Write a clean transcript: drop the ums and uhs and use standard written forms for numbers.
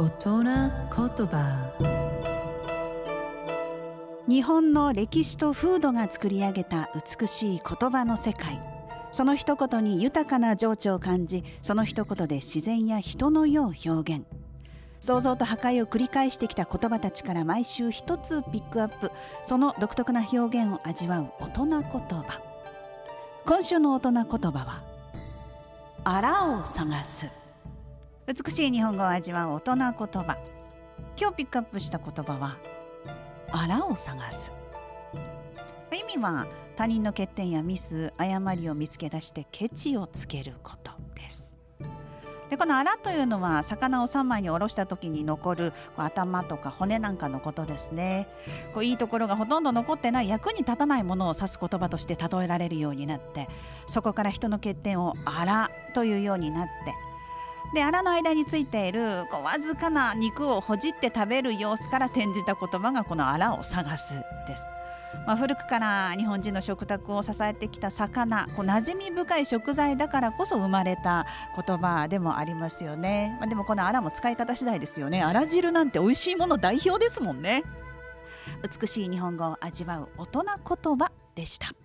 大人言葉。 日本の歴史と風土が作り上げた美しい言葉の世界。その一言に豊かな情緒を感じ、その一言で自然や人の世を表現。創造と破壊を繰り返してきた言葉たちから毎週一つピックアップ。その独特な表現を味わう大人言葉。今週の大人言葉はあらを探す。美しい日本語を味わう大人言葉。今日ピックアップした言葉はあらを探す。意味は他人の欠点やミス、誤りを見つけ出してケチをつけることです。で、このあらというのは魚を3枚におろした時に残る頭とか骨なんかのことですね。いいところがほとんど残ってない、役に立たないものを指す言葉として例えられるようになって、そこから人の欠点をあらというようになって、で、あらの間についているわずかな肉をほじって食べる様子から転じた言葉がこのあらを探すです。古くから日本人の食卓を支えてきた魚、馴染み深い食材だからこそ生まれた言葉でもありますよね。でもこのあらも使い方次第ですよね。あら汁なんて美味しいもの代表ですもんね。美しい日本語を味わう大人言葉でした。